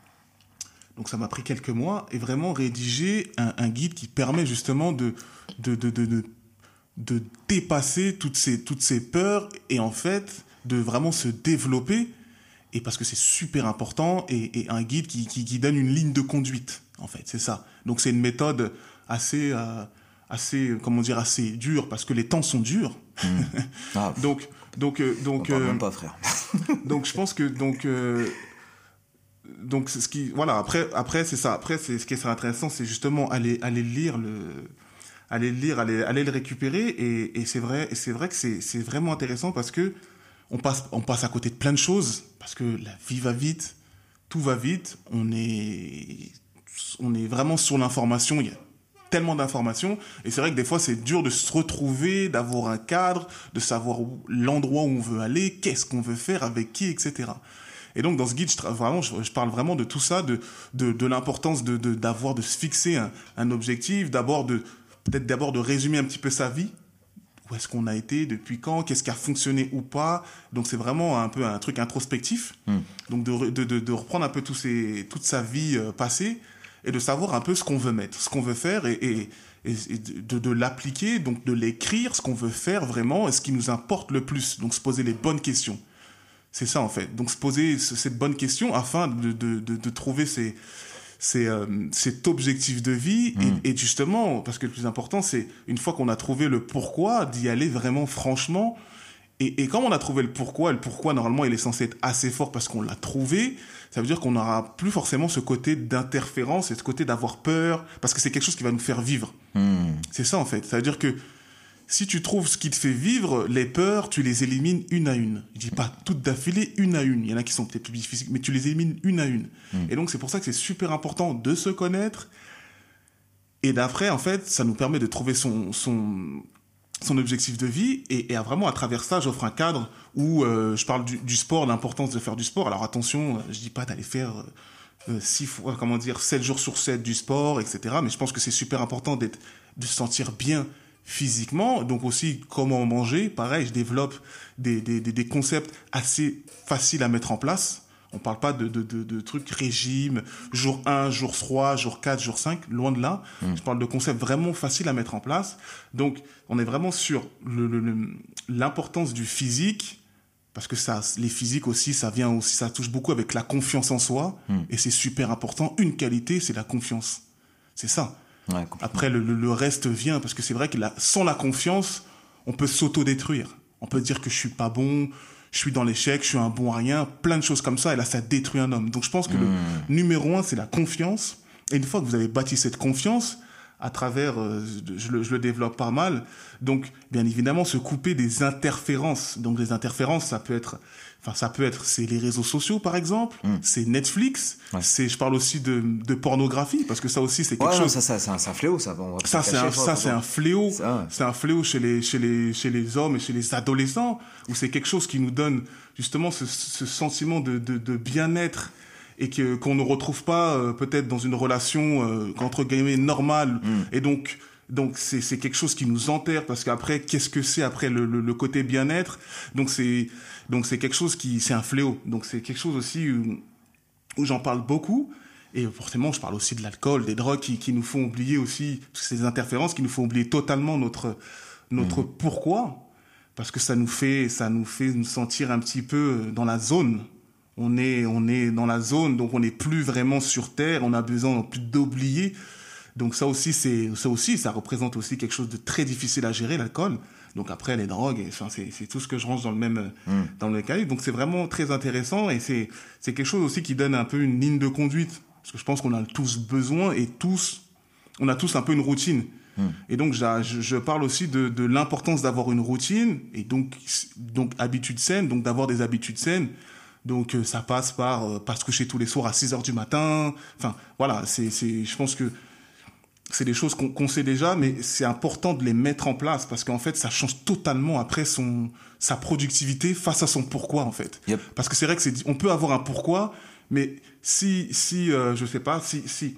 donc, ça m'a pris quelques mois et vraiment rédigé un, un guide qui permet justement de de de de, de, de dépasser toutes ces toutes ces peurs et en fait de vraiment se développer. Et parce que c'est super important, et, et un guide qui, qui, qui donne une ligne de conduite, en fait, c'est ça. Donc c'est une méthode assez, euh, assez, comment dire, assez dure, parce que les temps sont durs. Mmh. Ah, donc, donc, euh, on donc, parle euh, même pas, frère. donc, je pense que, donc, euh, donc, c'est ce qui, voilà, après, après, c'est ça. Après, c'est ce qui est intéressant, c'est justement aller, aller lire le, aller le lire, aller, aller le récupérer, et, et c'est vrai, et c'est vrai que c'est, c'est vraiment intéressant parce que on passe, on passe à côté de plein de choses parce que la vie va vite, tout va vite. On est, on est vraiment sur l'information. Il y a tellement d'informations et c'est vrai que des fois c'est dur de se retrouver, d'avoir un cadre, de savoir où, l'endroit où on veut aller, qu'est-ce qu'on veut faire, avec qui, et cetera. Et donc dans ce guide, je, tra- vraiment, je, je parle vraiment de tout ça, de, de, de l'importance de, de, d'avoir, de se fixer un, un objectif, d'abord de, peut-être d'abord de résumer un petit peu sa vie. Où est-ce qu'on a été, depuis quand, qu'est-ce qui a fonctionné ou pas. Donc c'est vraiment un peu un truc introspectif. Mm. Donc de, de, de, de reprendre un peu tous ces, toute sa vie euh, passée et de savoir un peu ce qu'on veut mettre, ce qu'on veut faire et, et, et de, de l'appliquer, donc de l'écrire, ce qu'on veut faire vraiment et ce qui nous importe le plus. Donc se poser les bonnes questions. C'est ça en fait. Donc se poser cette bonne question afin de, de, de, de trouver ces... C'est euh, cet objectif de vie mmh. et, et justement parce que le plus important c'est une fois qu'on a trouvé le pourquoi d'y aller vraiment franchement et, et quand on a trouvé le pourquoi le pourquoi normalement il est censé être assez fort parce qu'on l'a trouvé, ça veut dire qu'on n'aura plus forcément ce côté d'interférence et ce côté d'avoir peur parce que c'est quelque chose qui va nous faire vivre. Mmh. C'est ça en fait, ça veut dire que si tu trouves ce qui te fait vivre, les peurs, tu les élimines une à une. Je dis pas toutes d'affilée, une à une. Il y en a qui sont peut-être plus difficiles, mais tu les élimines une à une. Mmh. Et donc, c'est pour ça que c'est super important de se connaître. Et d'après, en fait, ça nous permet de trouver son, son, son objectif de vie. Et, et vraiment, à travers ça, j'offre un cadre où euh, je parle du, du sport, l'importance de faire du sport. Alors attention, je dis pas d'aller faire euh, six fois, comment dire, sept jours sur sept du sport, et cetera. Mais je pense que c'est super important d'être, de se sentir bien physiquement, donc aussi comment manger, pareil, je développe des, des, des, des concepts assez faciles à mettre en place. On parle pas de, de, de, de trucs régime, jour un, jour trois, jour quatre, jour cinq, loin de là. Mmh. Je parle de concepts vraiment faciles à mettre en place. Donc, on est vraiment sur le, le, le, l'importance du physique, parce que ça, les physiques aussi, ça vient aussi, ça touche beaucoup avec la confiance en soi, mmh. et c'est super important. Une qualité, c'est la confiance. C'est ça. Ouais, après, le, le, le reste vient, parce que c'est vrai que la, sans la confiance, on peut s'auto-détruire. On peut dire que je suis pas bon, je suis dans l'échec, je suis un bon à rien, plein de choses comme ça, et là, ça détruit un homme. Donc, je pense que mmh. le numéro un, c'est la confiance. Et une fois que vous avez bâti cette confiance, à travers, euh, je, le, je le développe pas mal. Donc, bien évidemment, se couper des interférences. Donc, les interférences, ça peut être, enfin, ça peut être, c'est les réseaux sociaux, par exemple, mm. c'est Netflix, ouais. c'est, je parle aussi de, de pornographie, parce que ça aussi, c'est quelque ouais, chose. Non, ça, ça, c'est un, c'est un fléau, ça. Bon, ça, c'est un, ça, c'est un fléau. C'est, un... c'est un fléau chez les, chez les, chez les hommes et chez les adolescents, où c'est quelque chose qui nous donne, justement, ce, ce sentiment de, de, de bien-être, et que qu'on ne retrouve pas euh, peut-être dans une relation euh, entre guillemets normale mm. et donc donc c'est c'est quelque chose qui nous enterre parce qu'après qu'est-ce que c'est après le, le le côté bien-être, donc c'est donc c'est quelque chose qui c'est un fléau, donc c'est quelque chose aussi où, où j'en parle beaucoup. Et forcément je parle aussi de l'alcool, des drogues qui qui nous font oublier aussi ces interférences qui nous font oublier totalement notre notre mm. pourquoi, parce que ça nous fait ça nous fait nous sentir un petit peu dans la zone. On est, on est dans la zone, donc on n'est plus vraiment sur Terre, on a besoin plus d'oublier. Donc ça aussi, c'est, ça aussi, ça représente aussi quelque chose de très difficile à gérer, l'alcool. Donc après, les drogues, et, enfin, c'est, c'est tout ce que je range dans le même, mmh. dans le même calibre. Donc c'est vraiment très intéressant et c'est, c'est quelque chose aussi qui donne un peu une ligne de conduite. Parce que je pense qu'on a tous besoin et tous, on a tous un peu une routine. Mmh. Et donc, je, je parle aussi de, de l'importance d'avoir une routine et donc, donc habitudes saines, donc d'avoir des habitudes saines. Donc euh, ça passe par euh, pas se coucher tous les soirs à six heures du matin. Enfin voilà, c'est c'est je pense que c'est des choses qu'on qu'on sait déjà, mais c'est important de les mettre en place parce qu'en fait ça change totalement après son sa productivité face à son pourquoi en fait. Yep. Parce que c'est vrai que c'est on peut avoir un pourquoi, mais si si euh, je sais pas si si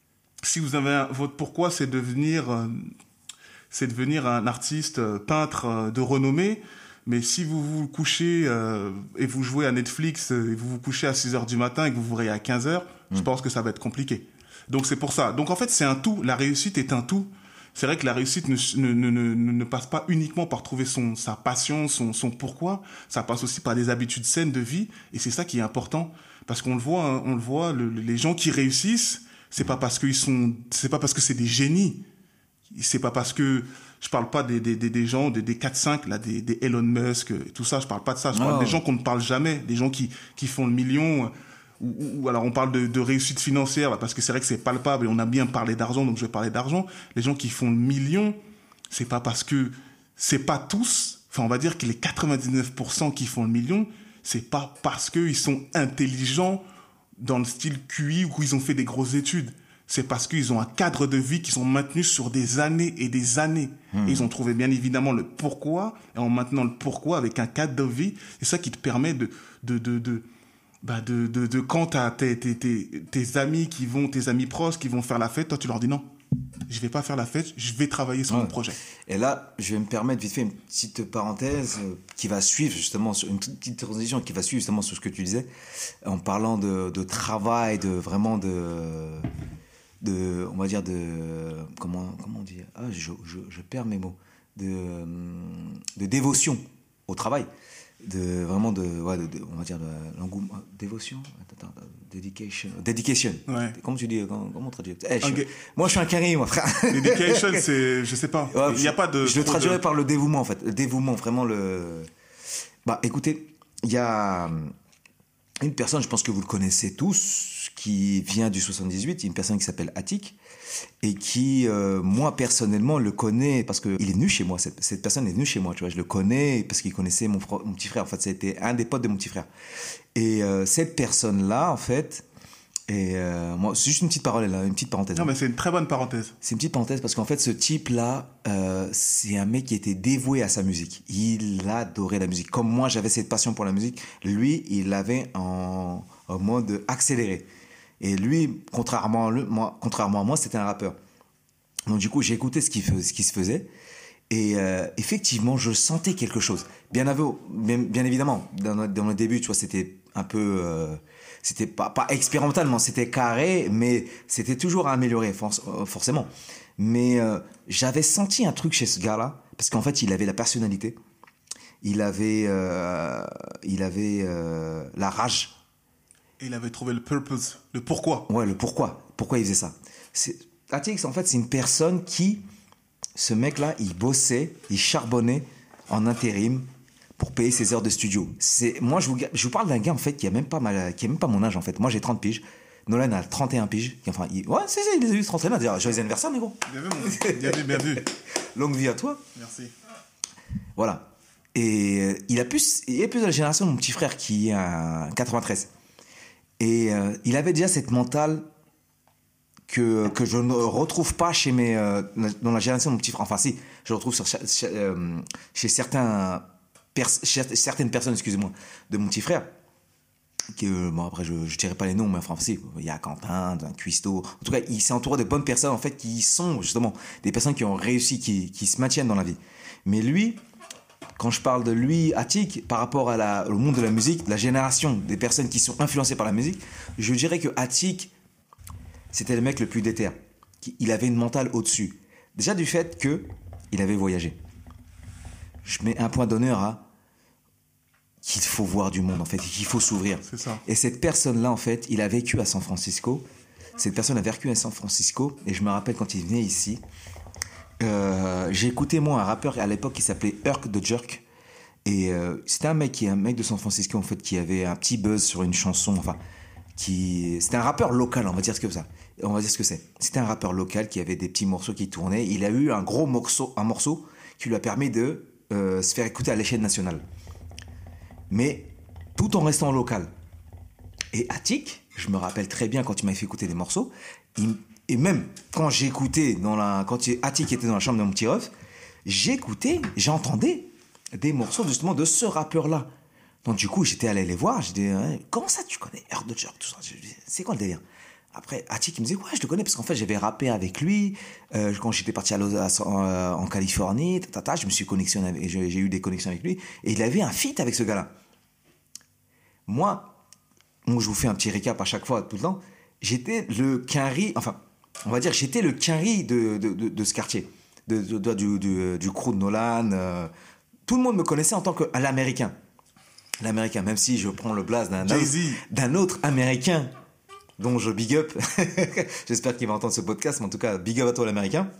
si vous avez un, votre pourquoi c'est devenir euh, c'est devenir un artiste euh, peintre euh, de renommée. Mais si vous vous couchez euh, et vous jouez à Netflix euh, et vous vous couchez à six heures du matin et que vous vous réveillez à quinze heures, mmh. je pense que ça va être compliqué. Donc c'est pour ça. Donc en fait, c'est un tout. La réussite est un tout. C'est vrai que la réussite ne, ne, ne, ne, ne passe pas uniquement par trouver son, sa passion, son, son pourquoi. Ça passe aussi par des habitudes saines de vie. Et c'est ça qui est important. Parce qu'on le voit, hein, on le voit, le, les gens qui réussissent, c'est pas parce qu'ils sont, c'est pas parce que c'est des génies. C'est pas parce que je parle pas des des des gens des des quatre cinq là des des Elon Musk et tout ça, je parle pas de ça, je parle oh. des gens qu'on ne parle jamais, des gens qui qui font le million ou, ou, ou alors on parle de de réussite financière là, parce que c'est vrai que c'est palpable et on a bien parlé d'argent, donc je vais parler d'argent. Les gens qui font le million, c'est pas parce que c'est pas tous, enfin on va dire que les quatre-vingt-dix-neuf pour cent qui font le million, c'est pas parce que ils sont intelligents dans le style Q I ou qu'ils ont fait des grosses études. C'est parce qu'ils ont un cadre de vie qui sont maintenus sur des années et des années. Mmh. Et ils ont trouvé bien évidemment le pourquoi, et en maintenant le pourquoi avec un cadre de vie, c'est ça qui te permet de de de de bah de de, de quand t'as tes tes tes tes amis qui vont, tes amis proches qui vont faire la fête, toi tu leur dis non, je vais pas faire la fête, je vais travailler sur ouais. mon projet. Et là, je vais me permettre vite fait une petite parenthèse qui va suivre justement sur une petite transition qui va suivre justement sur ce que tu disais en parlant de de travail, de vraiment de de on va dire de comment comment on dit ah je, je je perds mes mots de de dévotion au travail, de vraiment de ouais de, de, on va dire de l'engouement, dévotion attends, attends, dedication dedication ouais. comment tu dis comment, comment on traduit hey, okay. suis, moi je suis un carré moi frère. Dedication c'est je sais pas ouais, il y a pas de je le traduirais de... par le dévouement en fait, le dévouement vraiment le bah écoutez il y a une personne, je pense que vous le connaissez tous, qui vient du soixante-dix-huit, une personne qui s'appelle Attic, et qui, euh, moi, personnellement, le connais, parce qu'il est venu chez moi, cette, cette personne est venue chez moi, tu vois, je le connais, parce qu'il connaissait mon, mon petit frère, en fait, c'était un des potes de mon petit frère. Et euh, cette personne-là, en fait, et euh, moi, c'est juste une petite parole, là, une petite parenthèse. Non, mais c'est une très bonne parenthèse. C'est une petite parenthèse, parce qu'en fait, ce type-là, euh, c'est un mec qui était dévoué à sa musique. Il adorait la musique. Comme moi, j'avais cette passion pour la musique, lui, il l'avait en, en mode accéléré. Et lui, contrairement à, lui, moi, contrairement à moi, c'était un rappeur. Donc du coup, j'ai écouté ce qui, ce qui se faisait. Et euh, effectivement, je sentais quelque chose. Bien, bien, bien évidemment, dans, notre, dans le début, tu vois, c'était un peu... Euh, c'était pas, pas expérimentalement, c'était carré, mais c'était toujours à améliorer, for- forcément. Mais euh, j'avais senti un truc chez ce gars-là, parce qu'en fait, il avait la personnalité. Il avait, euh, il avait euh, la rage. Et il avait trouvé le purpose, le pourquoi. Ouais, le pourquoi. Pourquoi il faisait ça. C'est... Atix, en fait, c'est une personne qui... Ce mec-là, il bossait, il charbonnait en intérim pour payer ses heures de studio. C'est... Moi, je vous, je vous parle d'un gars, en fait, qui a même pas, ma... qui a même pas mon âge, en fait. Moi, j'ai trente piges. Nolan a trente et un piges. Enfin, il... ouais, c'est ça, il les a eu trente et un. Dire, joyeux anniversaire, négro. Bien vu, mon... bien vu, bien vu. Longue vie à toi. Merci. Voilà. Et euh, il a plus, il est plus de la génération de mon petit frère qui est en quatre-vingt-treize. Et euh, il avait déjà cette mentale que, que je ne retrouve pas chez mes, euh, dans la génération de mon petit frère. Enfin, si, je le retrouve sur, chez, euh, chez, certains, pers- chez certaines personnes, excusez-moi, de mon petit frère. Que, bon, après, je ne dirai pas les noms, mais enfin, si, il y a Quentin, un Cuisto. En tout cas, il s'est entouré de bonnes personnes, en fait, qui sont justement des personnes qui ont réussi, qui, qui se maintiennent dans la vie. Mais lui, quand je parle de lui, Attic, par rapport à la, au monde de la musique, la génération des personnes qui sont influencées par la musique, je dirais que Attic, c'était le mec le plus déter. Il avait une mentale au-dessus. Déjà du fait qu'il avait voyagé. Je mets un point d'honneur à qu'il faut voir du monde, en fait, qu'il faut s'ouvrir. C'est ça. Et cette personne-là, en fait, il a vécu à San Francisco. Cette personne a vécu à San Francisco. Et je me rappelle quand il venait ici, euh, j'ai écouté, moi, un rappeur à l'époque qui s'appelait Herc the Jerk. Et euh, c'était un mec, qui, un mec de San Francisco, en fait, qui avait un petit buzz sur une chanson, enfin... Qui... C'était un rappeur local, on va dire ce que ça. On va dire ce que c'est. C'était un rappeur local qui avait des petits morceaux qui tournaient. Il a eu un gros morceau, un morceau qui lui a permis de euh, se faire écouter à l'échelle nationale. Mais tout en restant local. Et Attic, je me rappelle très bien quand il m'avait fait écouter des morceaux. Il... Et même quand j'écoutais, dans la... quand Attic était dans la chambre de mon petit ref, j'écoutais, j'entendais des morceaux justement de ce rappeur-là. Donc du coup, j'étais allé les voir, j'ai dit, hein, comment ça tu connais Herc the Jerk, tout ça, c'est quoi le délire? Après, Attic, il me disait, ouais, je le connais, parce qu'en fait, j'avais rappé avec lui, euh, quand j'étais parti à Los, à, en, en Californie, tata, je me suis connexionné, avec, j'ai, j'ai eu des connexions avec lui, et il avait un feat avec ce gars-là. Moi, moi, je vous fais un petit récap à chaque fois, tout le temps, j'étais le quinri, enfin, on va dire, j'étais le quinri de, de, de, de ce quartier, de, de, de, du, du, du crew de Nolan, euh, tout le monde me connaissait en tant que l'américain. L'américain, même si je prends le blast d'un autre, d'un autre américain dont je big up. J'espère qu'il va entendre ce podcast, mais en tout cas, big up à toi l'américain.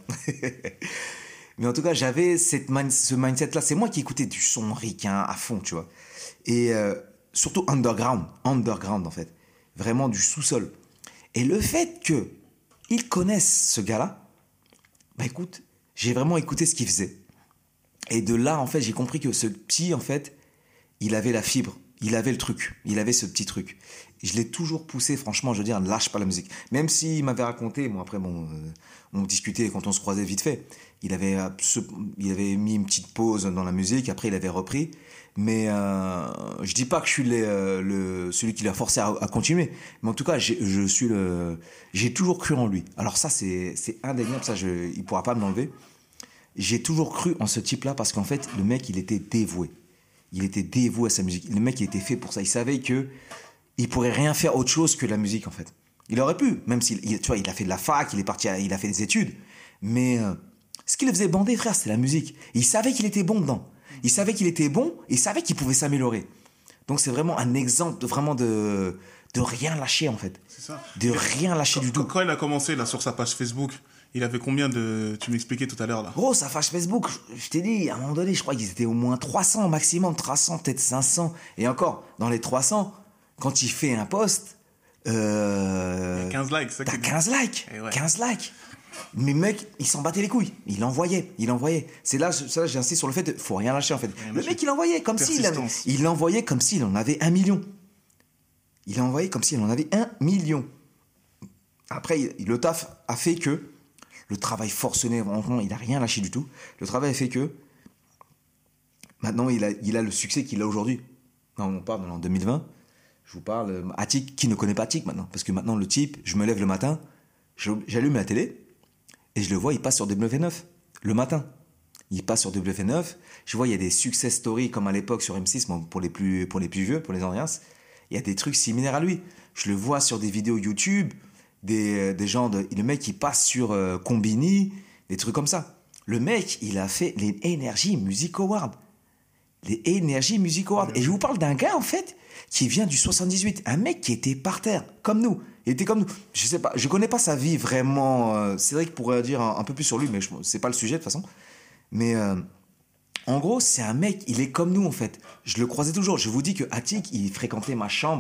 Mais en tout cas, j'avais cette mind- ce mindset-là. C'est moi qui écoutais du son ricain à fond, tu vois. Et euh, surtout underground, underground en fait. Vraiment du sous-sol. Et le fait qu'ils connaissent ce gars-là, bah écoute, j'ai vraiment écouté ce qu'il faisait. Et de là, en fait, j'ai compris que ce petit, en fait, il avait la fibre, il avait le truc, il avait ce petit truc. Je l'ai toujours poussé, franchement, je veux dire, ne lâche pas la musique. Même s'il m'avait raconté, bon après, bon, euh, on discutait quand on se croisait vite fait, il avait, euh, ce, il avait mis une petite pause dans la musique, après il avait repris, mais euh, je dis pas que je suis les, euh, le, celui qui l'a forcé à, à continuer, mais en tout cas, j'ai, je suis le, j'ai toujours cru en lui. Alors ça, c'est, c'est indéniable, ça, je, il pourra pas me l'enlever. J'ai toujours cru en ce type-là parce qu'en fait, le mec, il était dévoué. Il était dévoué à sa musique. Le mec, il était fait pour ça. Il savait que il pourrait rien faire autre chose que la musique, en fait. Il aurait pu, même s'il, il, tu vois, il a fait de la fac, il est parti, à, il a fait des études. Mais euh, ce qui le faisait bander, frère, c'était la musique. Il savait qu'il était bon dedans. Il savait qu'il était bon. Et il savait qu'il pouvait s'améliorer. Donc c'est vraiment un exemple de vraiment de de rien lâcher, en fait. C'est ça. De rien lâcher quand, du tout. Quand il a commencé là sur sa page Facebook, il avait combien de... Tu m'expliquais tout à l'heure là. Gros, sa page Facebook, je t'ai dit, à un moment donné, je crois qu'ils étaient au moins trois cents au maximum, trois cents, peut-être cinq cents. Et encore, dans les trois cents, quand il fait un post, euh, il y a quinze likes, ça. T'as quinze likes. Ouais. quinze likes. Mais mec, il s'en battait les couilles. Il envoyait, il envoyait. C'est là, ça, j'insiste sur le fait, de, faut rien lâcher en fait. Rien le lâcher. Mec, il envoyait comme s'il avait, il envoyait comme s'il en avait un million. Il a envoyé comme s'il en avait un million. Après, il, le taf a fait que le travail forcené, vraiment, il n'a rien lâché du tout. Le travail a fait que maintenant, il a, il a le succès qu'il a aujourd'hui. Non, on parle en deux mille vingt. Je vous parle, Attic, qui ne connaît pas Attic maintenant? Parce que maintenant, le type, je me lève le matin, je, j'allume la télé et je le vois, il passe sur W neuf le matin. Il passe sur W neuf. Je vois, il y a des success stories comme à l'époque sur M six, pour les plus, pour les plus vieux, pour les anciens. Il y a des trucs similaires à lui. Je le vois sur des vidéos YouTube. Des, des gens, de, le mec il passe sur euh, Combini, des trucs comme ça. Le mec, il a fait les Energy Music Awards. Les Energy Music Awards. Et je vous parle d'un gars, en fait, qui vient du soixante-dix-huit. Un mec qui était par terre, comme nous. Il était comme nous. Je sais pas, je connais pas sa vie vraiment. Euh, Cédric pourrait dire un, un peu plus sur lui, mais je, c'est pas le sujet de toute façon. Mais euh, en gros, c'est un mec, il est comme nous, en fait. Je le croisais toujours. Je vous dis que Attic, il fréquentait ma chambre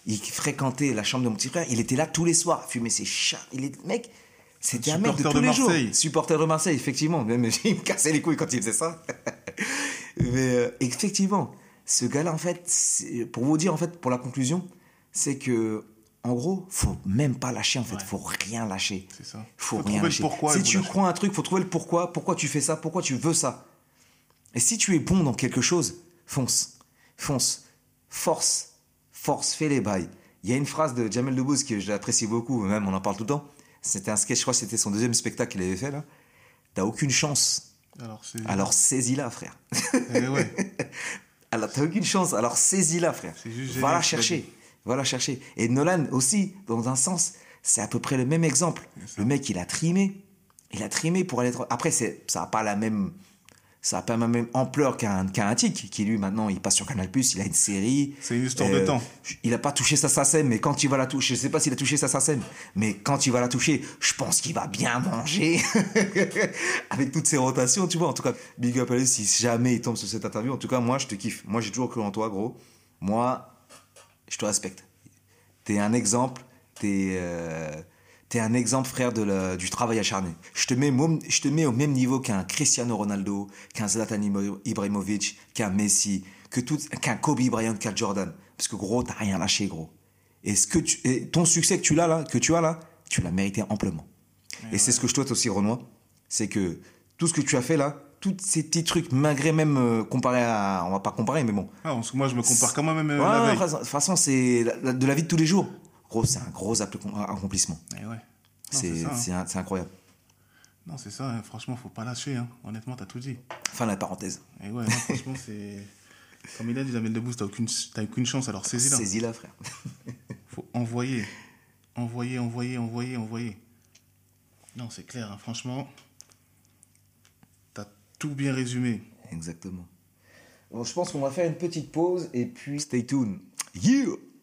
il fréquentait la chambre de mon petit frère, il était là tous les soirs, fumer ses chats. Il est, mec, c'était un mec de tous de les Marseille. jours. Supporter de Marseille, effectivement. Même il me cassait les couilles quand il faisait ça. Mais euh, effectivement, ce gars-là, en fait, c'est- pour vous dire, en fait, pour la conclusion, c'est que, en gros, faut même pas lâcher, en fait. Ouais. Faut rien lâcher. C'est ça. Faut, Faut rien trouver le lâcher. pourquoi et Si vous tu lâchez. crois un truc, faut trouver le pourquoi. Pourquoi tu fais ça? Pourquoi tu veux ça? Et si tu es bon dans quelque chose, fonce. Fonce. Force. Force. Fais les bails. Il y a une phrase de Jamel Debbouze que j'apprécie beaucoup, même on en parle tout le temps. C'était un sketch, je crois que c'était son deuxième spectacle qu'il avait fait là. T'as aucune chance. Alors, c'est... Alors saisis-la, frère. Eh ouais. Alors t'as aucune chance. Alors saisis-la, frère. C'est juste Va la génial, ce qu'il a chercher. dit. Va la chercher. Et Nolan aussi, dans un sens, c'est à peu près le même exemple. Le mec, il a trimé. Il a trimé pour aller... être- Après, c'est, ça n'a pas la même... Ça n'a pas la même ampleur qu'un, qu'un Attic, qui lui, maintenant, il passe sur Canal+, il a une série. C'est une histoire de temps. Il n'a pas touché sa SACEM, mais quand il va la toucher, je ne sais pas s'il a touché sa SACEM, mais quand il va la toucher, je pense qu'il va bien manger. Avec toutes ces rotations, tu vois. En tout cas, big up à lui si jamais il tombe sur cette interview. En tout cas, moi, je te kiffe. Moi, j'ai toujours cru en toi, gros. Moi, je te respecte. T'es un exemple, t'es, euh, t'es un exemple, frère, de la- du travail acharné. Je te, mets, mo- je te mets au même niveau qu'un Cristiano Ronaldo, qu'un Zlatan Imo- Ibrahimovic, qu'un Messi, que tout, qu'un Kobe Bryant, qu'un Jordan. Parce que, gros, t'as rien lâché, gros. Et, ce que tu, et ton succès que tu, l'as, là, que tu as là, tu l'as mérité amplement. Et, c'est ce que je souhaite aussi, Renoir. C'est que tout ce que tu as fait là, tous ces petits trucs, malgré même euh, comparé à... On va pas comparer, mais bon. Ah, parce que moi, je me compare quand même euh, Ouais, la ouais, veille. de toute façon, c'est la- la- de la vie de tous les jours. Gros, c'est un gros acc- accomplissement. Eh ouais. Non, C'est c'est ça, hein. c'est un- c'est incroyable. Non, c'est ça. hein. Franchement, faut pas lâcher. Hein. Honnêtement, t'as tout dit. Fin de la parenthèse. Et ouais, non, franchement, c'est... Comme il a dit, Jamel Debbouze, t'as aucune... t'as aucune chance, alors saisis-la. Saisis-la, frère. Faut envoyer. Envoyer, envoyer, envoyer, envoyer. Non, c'est clair, hein. Franchement, t'as tout bien résumé. Exactement. Bon, je pense qu'on va faire une petite pause et puis... Stay tuned. Yeah!